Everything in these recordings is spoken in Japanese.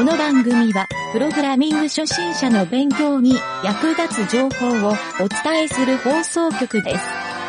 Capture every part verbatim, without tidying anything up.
の番組は、プログラミング初心者の勉強に役立つ情報をお伝えする放送局です。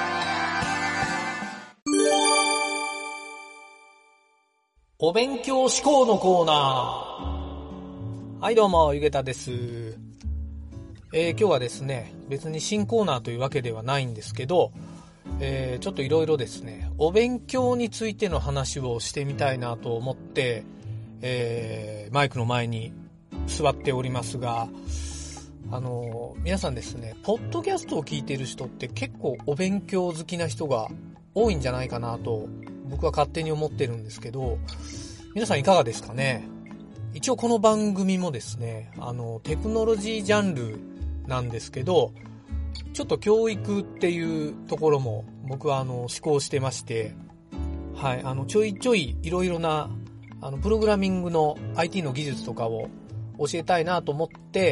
お勉強思考のコーナー。はい、どうも、ゆげたです。えー、今日はですね、別に新コーナーというわけではないんですけど、えー、ちょっといろいろですね、お勉強についての話をしてみたいなと思って、えー、マイクの前に座っておりますが、あのー、皆さんですね、ポッドキャストを聞いている人って結構お勉強好きな人が多いんじゃないかなと僕は勝手に思ってるんですけど、皆さんいかがですかね。一応この番組もですね、あのテクノロジージャンルなんですけど、ちょっと教育っていうところも僕はあの思考してまして、はい、あのちょいちょいいろいろなあのプログラミングの アイティー の技術とかを教えたいなと思って、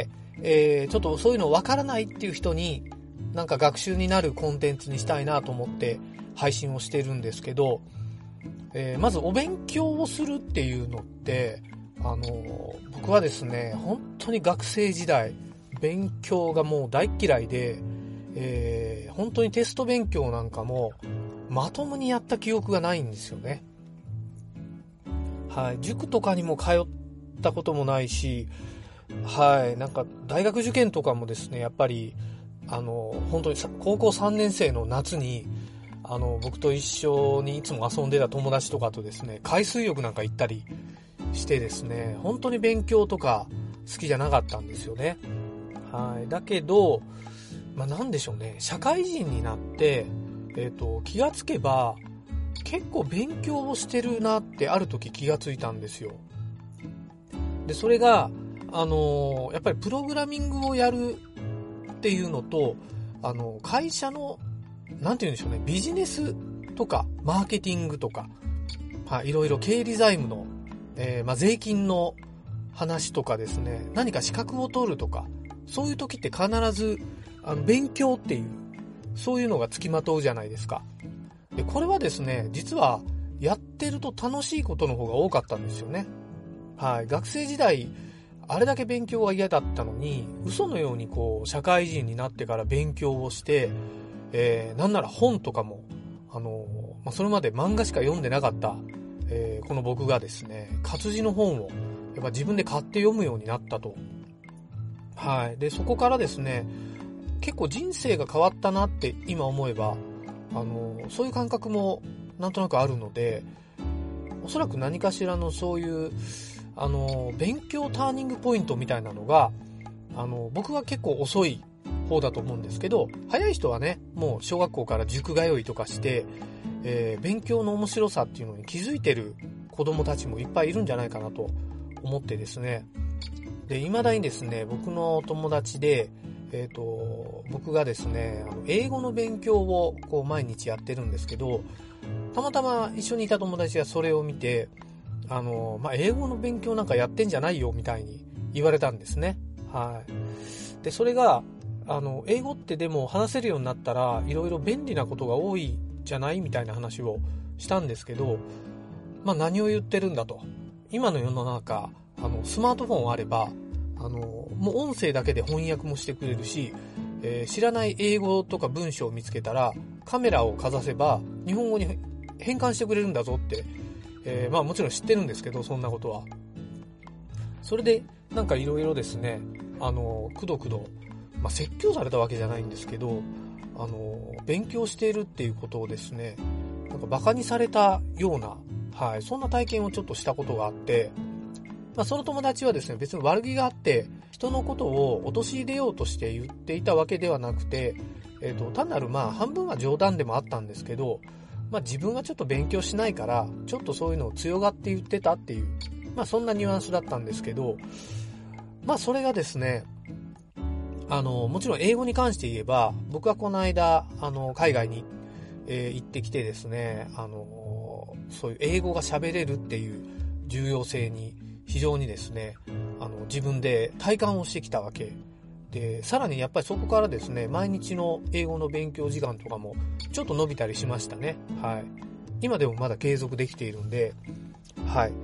えー、ちょっとそういうのわからないっていう人になんか学習になるコンテンツにしたいなと思って配信をしてるんですけど、えー、まずお勉強をするっていうのってあの僕はですね、本当に学生時代勉強がもう大嫌いで、えー、本当にテスト勉強なんかもまともにやった記憶がないんですよね。はい、塾とかにも通ったこともないし、はい、なんか大学受験とかもですね、やっぱりあの本当に高校さんねん生の夏にあの僕と一緒にいつも遊んでた友達とかとですね、海水浴なんか行ったりしてですね、本当に勉強とか好きじゃなかったんですよね。はい、だけど、まあ、なんでしょうね、社会人になって、えーと、気がつけば結構勉強をしてるなってある時気がついたんですよ。で、それが、あのー、やっぱりプログラミングをやるっていうのと、あの、会社の、なんて言うんでしょうね、ビジネスとか、マーケティングとか、はい、いろいろ経理財務の、えー、まあ、税金の話とかですね、何か資格を取るとか、そういう時って必ず、あの、勉強っていう、そういうのがつきまとうじゃないですか。で、これはですね、実はやってると楽しいことの方が多かったんですよね。はい、学生時代あれだけ勉強が嫌だったのに、嘘のようにこう社会人になってから勉強をして、えー、なんなら本とかもあの、まあ、それまで漫画しか読んでなかった、えー、この僕がですね、活字の本をやっぱ自分で買って読むようになったと。はい、でそこからですね、結構人生が変わったなって今思えば、あのそういう感覚もなんとなくあるので、おそらく何かしらのそういうあの勉強ターニングポイントみたいなのが、あの僕は結構遅い方だと思うんですけど、早い人はね、もう小学校から塾通いとかして、えー、勉強の面白さっていうのに気づいてる子供たちもいっぱいいるんじゃないかなと思ってですね。で、未だにですね、僕の友達でえーと、僕がですね、あの英語の勉強をこう毎日やってるんですけど、たまたま一緒にいた友達がそれを見て、あの、まあ、英語の勉強なんかやってんじゃないよみたいに言われたんですね。はい。で、それが、あの、英語ってでも話せるようになったら、いろいろ便利なことが多いじゃないみたいな話をしたんですけど、まあ、何を言ってるんだと。今の世の中、あの、スマートフォンあれば、あのもう音声だけで翻訳もしてくれるし、えー、知らない英語とか文章を見つけたらカメラをかざせば日本語に変換してくれるんだぞって、えー、まあもちろん知ってるんですけど、そんなことは。それでなんかいろいろですね、あのくどくど、まあ、説教されたわけじゃないんですけど、あの勉強しているっていうことをですね、なんかバカにされたような、はい、そんな体験をちょっとしたことがあって、まあ、その友達はですね、別に悪気があって人のことを陥れようとして言っていたわけではなくて、えーと、単なるまあ半分は冗談でもあったんですけど、まあ、自分はちょっと勉強しないからちょっとそういうのを強がって言ってたっていう、まあ、そんなニュアンスだったんですけど、まあそれがですね、あのもちろん英語に関して言えば、僕はこの間あの海外に、えー、行ってきてですね、あのそういう英語が喋れるっていう重要性に非常にですね、あの自分で体感をしてきたわけで、さらにやっぱりそこからですね、毎日の英語の勉強時間とかもちょっと伸びたりしましたね。はい。今でもまだ継続できているんで、はい。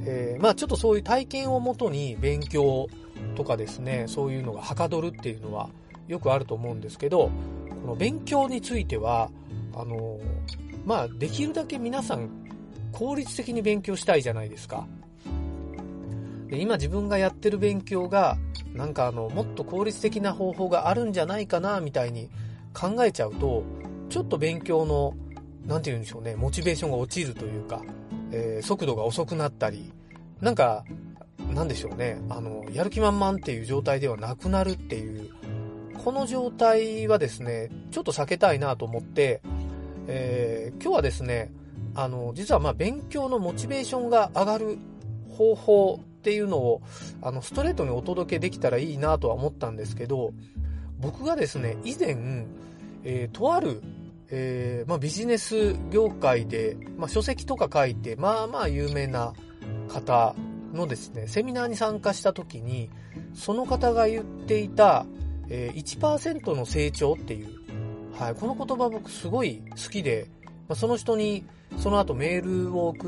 えー、まあちょっとそういう体験をもとに勉強とかですね、そういうのがはかどるっていうのはよくあると思うんですけど、この勉強については、あの、まあできるだけ皆さん効率的に勉強したいじゃないですか。で、今自分がやってる勉強が、なんかあの、もっと効率的な方法があるんじゃないかな、みたいに考えちゃうと、ちょっと勉強の、なんて言うんでしょうね、モチベーションが落ちるというか、えー、速度が遅くなったり、なんか、なんでしょうね、あの、やる気満々っていう状態ではなくなるっていう、この状態はですね、ちょっと避けたいなと思って、えー、今日はですね、あの、実はまあ勉強のモチベーションが上がる方法っていうのを、あの、ストレートにお届けできたらいいなとは思ったんですけど、僕がですね、以前、えー、とある、えー、まあビジネス業界で、まあ書籍とか書いて、まあまあ有名な方のですね、セミナーに参加した時に、その方が言っていた、えー、いちパーセント の成長っていう、はい、この言葉僕すごい好きで、まあ、その人にその後メールを送って、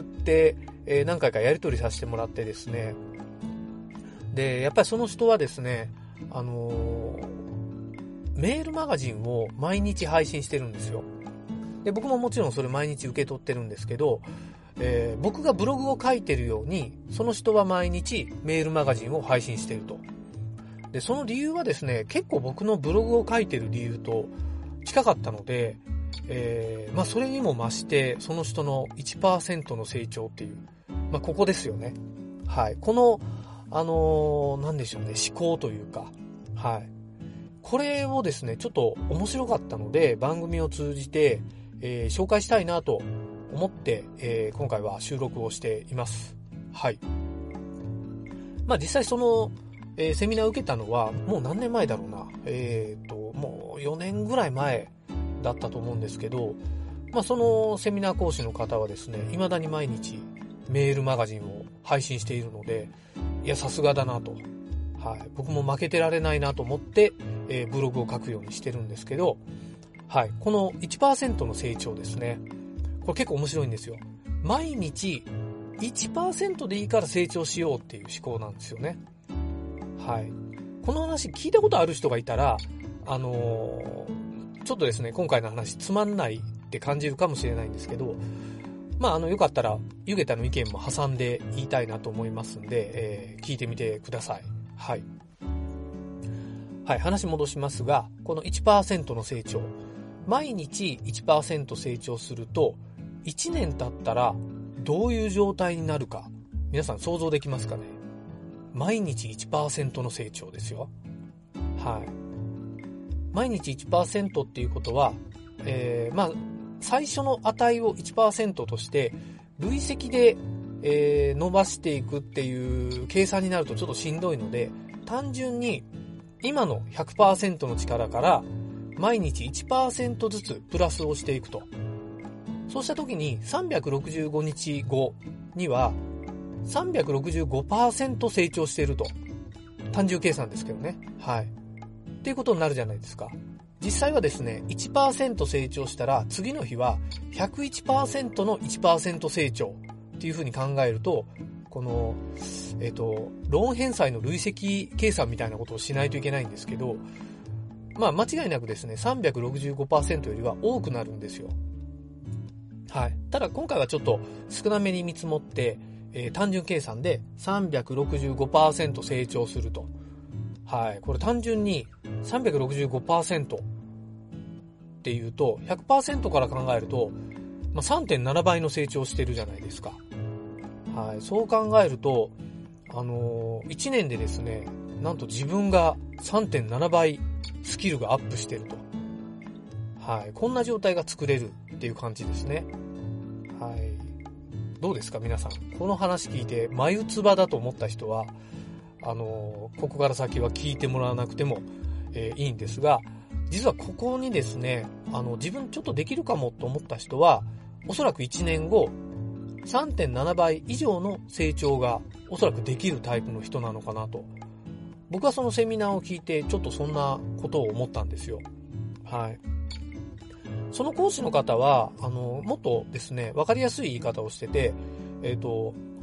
えー、何回かやり取りさせてもらってですね、で、やっぱりその人はですね、あのー、メールマガジンを毎日配信してるんですよ。で、僕ももちろんそれ毎日受け取ってるんですけど、えー、僕がブログを書いてるように、その人は毎日メールマガジンを配信してると。で、その理由はですね、結構僕のブログを書いてる理由と近かったので、えー、まあそれにも増して、その人の いちパーセント の成長っていう、まあここですよね。はい。この、あのー、なんでしょうね、思考というか、はい。これをですね、ちょっと面白かったので、番組を通じて、えー、紹介したいなと思って、えー、今回は収録をしています。はい。まあ実際その、えー、セミナーを受けたのは、もう何年前だろうな。えっと、もうよねんぐらい前だったと思うんですけど、まあそのセミナー講師の方はですね、未だに毎日メールマガジンを配信しているので、いや、さすがだなと。はい。僕も負けてられないなと思って、えー、ブログを書くようにしてるんですけど、はい。この いちパーセント の成長ですね。これ結構面白いんですよ。毎日 いちパーセント でいいから成長しようっていう思考なんですよね。はい。この話聞いたことある人がいたら、あのー、ちょっとですね、今回の話つまんないって感じるかもしれないんですけど、まあ、あの、よかったら、ゆげたの意見も挟んで言いたいなと思いますんで、えー、聞いてみてください。はい。はい、話戻しますが、この いちパーセント の成長。毎日 いちパーセント 成長すると、いちねん経ったらどういう状態になるか、皆さん想像できますかね？毎日 いちパーセント の成長ですよ。はい。毎日 いちパーセント っていうことは、えー、まあ、最初の値を いちパーセント として、累積で、えー、伸ばしていくっていう計算になるとちょっとしんどいので、単純に今の ひゃくパーセント の力から毎日 いちパーセント ずつプラスをしていくと。そうした時にさんびゃくろくじゅうごにちごには さんびゃくろくじゅうごパーセント 成長していると。単純計算ですけどね。はい。っていうことになるじゃないですか。実際はですね、いちパーセント 成長したら次の日は ひゃくいちパーセント の いちパーセント 成長っていうふうに考えると、この、えっと、ローン返済の累積計算みたいなことをしないといけないんですけど、まあ間違いなくですね、さんびゃくろくじゅうごパーセント よりは多くなるんですよ。はい。ただ今回はちょっと少なめに見積もって、えー、単純計算で さんびゃくろくじゅうごパーセント 成長すると。はい。これ単純に さんびゃくろくじゅうごパーセント っていうと、ひゃくパーセント から考えると、まあ、さんてんななばいの成長してるじゃないですか。はい。そう考えると、あのー、いちねんでですね、なんと自分が さんてんななばいスキルがアップしてると。はい。こんな状態が作れるっていう感じですね。はい。どうですか皆さん。この話聞いて眉唾だと思った人は、あのー、ここから先は聞いてもらわなくても、えー、いいんですが、実はここにですね、あの、自分ちょっとできるかもと思った人は、おそらくいちねんご、さんてんななばい以上の成長がおそらくできるタイプの人なのかなと。僕はそのセミナーを聞いてちょっとそんなことを思ったんですよ。はい。その講師の方は、あの、もっとですね、わかりやすい言い方をしてて、えっと、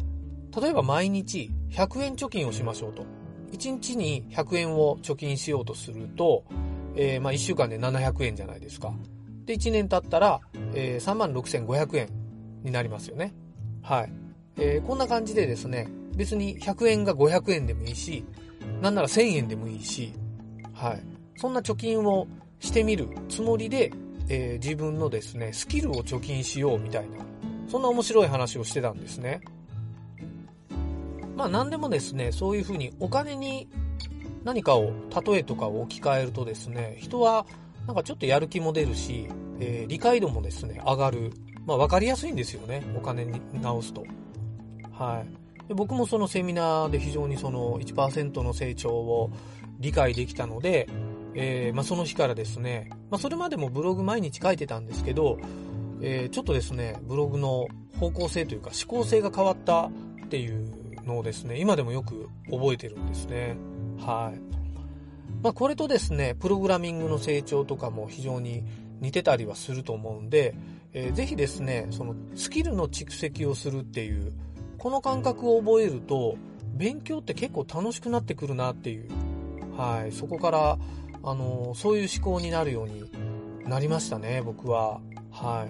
例えば毎日ひゃくえん貯金をしましょうと。いちにちにひゃくえんを貯金しようとすると、えー、まあいっしゅうかんでななひゃくえんじゃないですか。で、いちねん経ったら、えー、さんまんろくせんごひゃくえんになりますよね。はい。えー、こんな感じでですね、別にひゃくえんがごひゃくえんでもいいし、なんならせんえんでもいいし、はい。そんな貯金をしてみるつもりで、えー、自分のですね、スキルを貯金しようみたいな、そんな面白い話をしてたんですね。まあ何でもですね、そういうふうにお金に何かを、例えとかを置き換えるとですね、人はなんかちょっとやる気も出るし、えー、理解度もですね、上がる。まあ分かりやすいんですよね、お金に直すと。はい。で、僕もそのセミナーで非常にその いちパーセント の成長を理解できたので、えー、まあその日からですね、まあそれまでもブログ毎日書いてたんですけど、えー、ちょっとですね、ブログの方向性というか思考性が変わったっていうのをですね、今でもよく覚えてるんですね。はい。まあこれとですね、プログラミングの成長とかも非常に似てたりはすると思うんで、えー、ぜひですね、そのスキルの蓄積をするっていう、この感覚を覚えると、勉強って結構楽しくなってくるなっていう、はい、そこから、あのー、そういう思考になるようになりましたね、僕は。はい。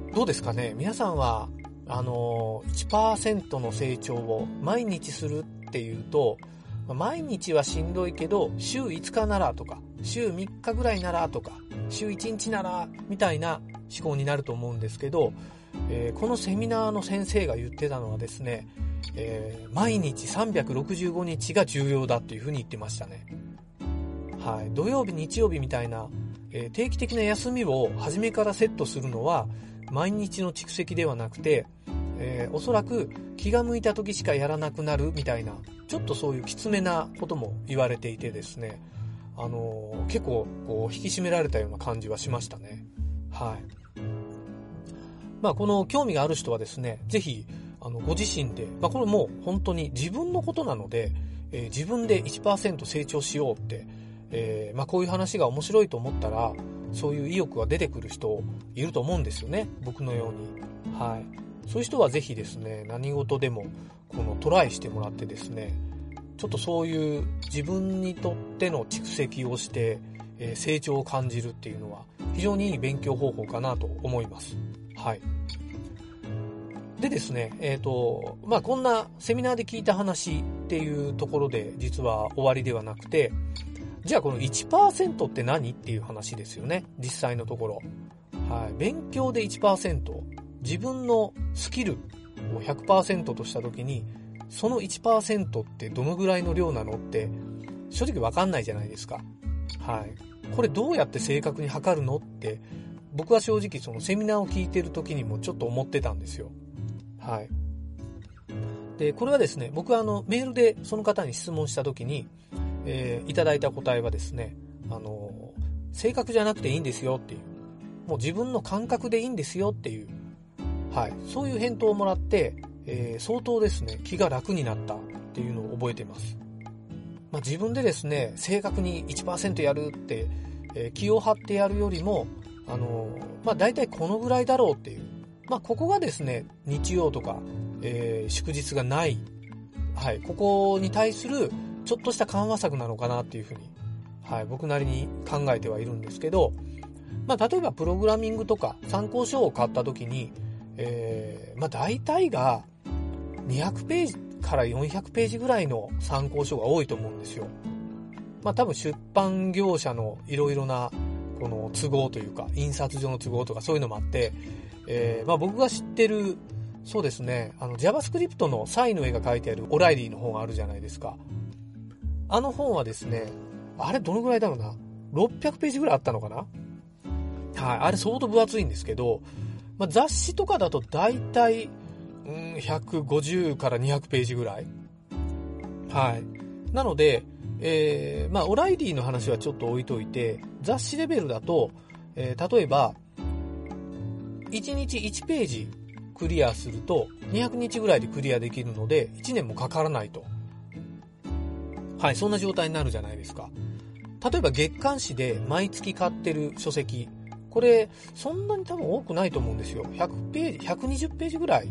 どうですかね、皆さんは、あのー、いちパーセント の成長を毎日するっていうと、毎日はしんどいけど、週いつかならとか、週みっかぐらいならとか、週いちにちならみたいな思考になると思うんですけど、えー、このセミナーの先生が言ってたのはですね、えー、毎日さんびゃくろくじゅうごにちが重要だっていうふうに言ってましたね。はい。土曜日、日曜日みたいな、えー、定期的な休みを初めからセットするのは、毎日の蓄積ではなくて、えー、おそらく気が向いた時しかやらなくなるみたいな、ちょっとそういうきつめなことも言われていてですね、あのー、結構こう引き締められたような感じはしましたね。はい。まあこの興味がある人はですね、ぜひあのご自身で、まあこれもう本当に自分のことなので、えー、自分で いちパーセント 成長しようって、えー、まあこういう話が面白いと思ったら、そういう意欲が出てくる人いると思うんですよね、僕のように。はい。そういう人はぜひですね、何事でもこのトライしてもらってですね、ちょっとそういう自分にとっての蓄積をして、えー、成長を感じるっていうのは非常にいい勉強方法かなと思います。はい。でですね、えっと、まあ、こんなセミナーで聞いた話っていうところで実は終わりではなくて、じゃあこの いちパーセント って何っていう話ですよね、実際のところ。はい。勉強で いちパーセント、自分のスキルを ひゃくパーセント としたときに、その いちパーセント ってどのぐらいの量なのって正直わかんないじゃないですか。はい。これどうやって正確に測るのって僕は正直そのセミナーを聞いてる時にもちょっと思ってたんですよ。はい。で、これはですね、僕はあのメールでその方に質問した時に、えー、いただいた答えはですね、あの正確じゃなくていいんですよっていう、もう自分の感覚でいいんですよっていう、はい、そういう返答をもらって、えー、相当ですね、気が楽になったっていうのを覚えています。まあ、自分でですね、正確に いちパーセント やるって、えー、気を張ってやるよりも、あのー、まあ、大体このぐらいだろうっていう、まあ、ここがですね、日曜とか、えー、祝日がない、はい、ここに対するちょっとした緩和策なのかなっていうふうに、はい、僕なりに考えてはいるんですけど、まあ、例えばプログラミングとか参考書を買った時に、えー、まあ、大体がにひゃくページからよんひゃくページぐらいの参考書が多いと思うんですよ。まあ、多分出版業者のいろいろなこの都合というか、印刷所の都合とかそういうのもあって、えー、まあ僕が知ってる、そうですね、あの JavaScript のサイの絵が描いてあるオライリーの本あるじゃないですか。あの本はですね、あれどのぐらいだろうな、ろっぴゃくページぐらいあったのかな。はい、あれ相当分厚いんですけど、まあ、雑誌とかだと大体、うん、ひゃくごじゅうからにひゃくページぐらい。はい。なので、えー、まあ、オライリーの話はちょっと置いといて、雑誌レベルだと、えー、例えば、いちにちいちページクリアすると、にひゃくにちぐらいでクリアできるので、いちねんもかからないと。はい、そんな状態になるじゃないですか。例えば月刊誌で毎月買ってる書籍、これ、そんなに多分多くないと思うんですよ。ひゃくページ、ひゃくにじゅうページぐらい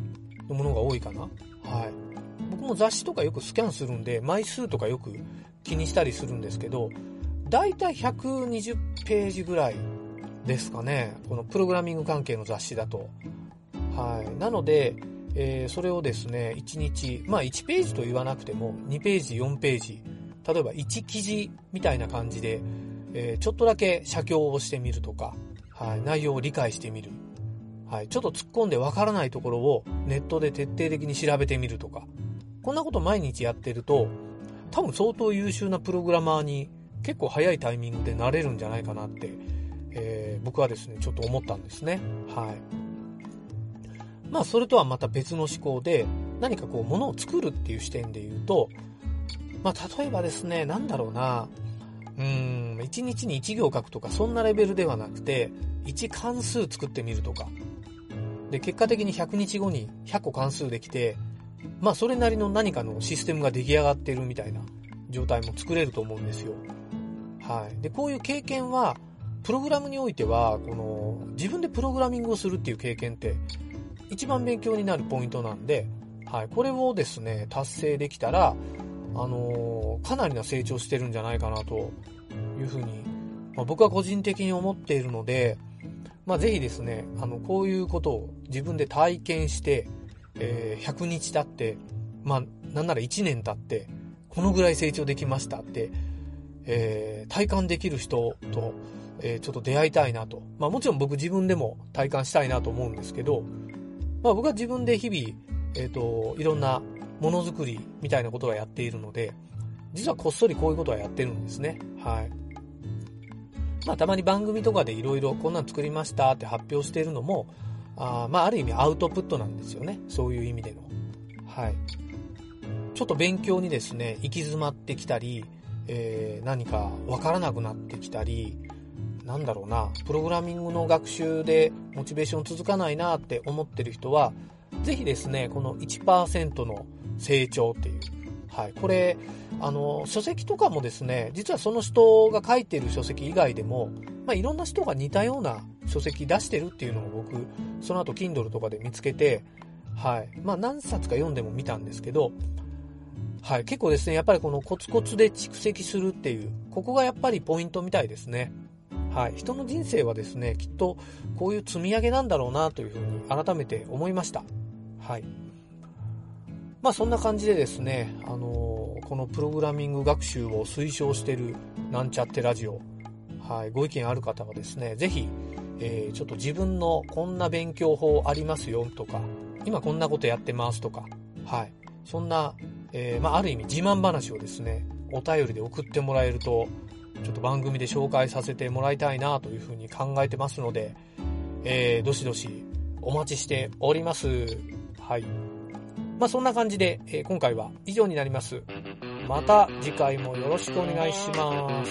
のものが多いかな。はい。僕も雑誌とかよくスキャンするんで、枚数とかよく気にしたりするんですけど、だいたいひゃくにじゅっページぐらいですかね。このプログラミング関係の雑誌だと。はい。なので、えー、それをですね、いちにち、まあいちページと言わなくても、にページ、よんページ、例えばいち記事みたいな感じで、えー、ちょっとだけ写経をしてみるとか、はい、内容を理解してみる。はい、ちょっと突っ込んでわからないところをネットで徹底的に調べてみるとか、こんなこと毎日やってると、多分相当優秀なプログラマーに結構早いタイミングでなれるんじゃないかなって、えー、僕はですね、ちょっと思ったんですね。はい。まあ、それとはまた別の思考で、何かこう、ものを作るっていう視点で言うと、まあ、例えばですね、なんだろうな、うーん、いちにちにいち行書くとか、そんなレベルではなくて、いち関数作ってみるとか。で、結果的にひゃくにちごにひゃっこ関数できて、まあ、それなりの何かのシステムが出来上がってるみたいな状態も作れると思うんですよ。はい。で、こういう経験は、プログラムにおいては、この、自分でプログラミングをするっていう経験って、一番勉強になるポイントなんで、はい。これをですね、達成できたら、あのー、かなりな成長してるんじゃないかなというふうに、まあ、僕は個人的に思っているので、まあ、ぜひですね、あの、こういうことを自分で体験して、えー、ひゃくにち経って、まあ、なんならいちねん経って、このぐらい成長できましたって、えー、体感できる人と、えー、ちょっと出会いたいなと。まあ、もちろん僕自分でも体感したいなと思うんですけど、まあ、僕は自分で日々、えっと、いろんなものづくりみたいなことはやっているので、実はこっそりこういうことはやってるんですね。はい。まあたまに番組とかでいろいろこんなん作りましたって発表しているのも、あまあある意味アウトプットなんですよね。そういう意味での。はい。ちょっと勉強にですね、行き詰まってきたり、えー、何かわからなくなってきたり、なんだろうな、プログラミングの学習でモチベーション続かないなって思ってる人は、ぜひですね、この いちパーセント の成長っていう、はい、これ、あの、書籍とかもですね、実はその人が書いてる書籍以外でも、まあ、いろんな人が似たような書籍出してるっていうのを僕、その後 Kindle とかで見つけて、はい、まあ何冊か読んでも見たんですけど、はい、結構ですね、やっぱりこのコツコツで蓄積するっていう、ここがやっぱりポイントみたいですね。はい、人の人生はですね、きっとこういう積み上げなんだろうなというふうに改めて思いました。はい。まあそんな感じでですね、あのー、このプログラミング学習を推奨しているなんちゃってラジオ、はい、ご意見ある方はですね、ぜひ、えー、ちょっと自分のこんな勉強法ありますよとか、今こんなことやってますとか、はい、そんな、えー、まあある意味自慢話をですね、お便りで送ってもらえると、ちょっと番組で紹介させてもらいたいなというふうに考えてますので、えー、どしどしお待ちしております。はい。まあそんな感じで、えー、今回は以上になります。また次回もよろしくお願いします。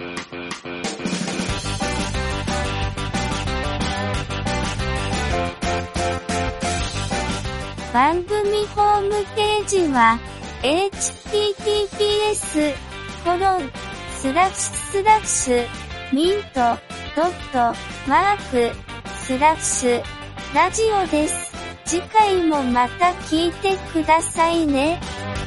番組ホームページは エイチティーティーピーエス コロン スラッシュスラッシュ ミント ドット マーク スラッシュ ラジオです。次回もまた聞いてくださいね。